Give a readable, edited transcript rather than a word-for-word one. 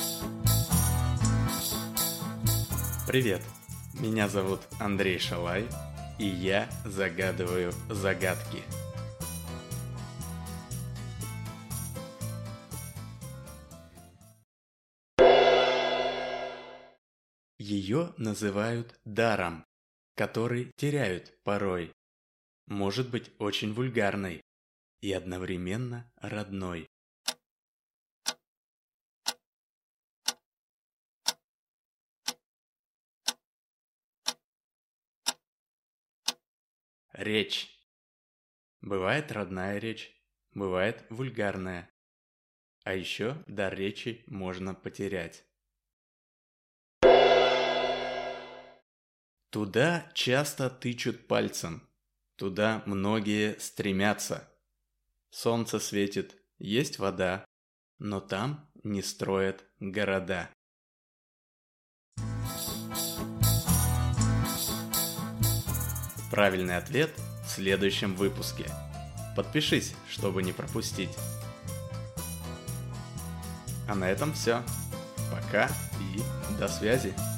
Привет! Меня зовут Андрей Шалай, и я загадываю загадки. Ее называют даром, который теряют порой. Может быть очень вульгарной и одновременно родной. Речь. Бывает родная речь, бывает вульгарная. А еще дар речи можно потерять. Туда часто тычут пальцем, туда многие стремятся. Солнце светит, есть вода, но там не строят города. Правильный ответ в следующем выпуске. Подпишись, чтобы не пропустить. А на этом все. Пока и до связи.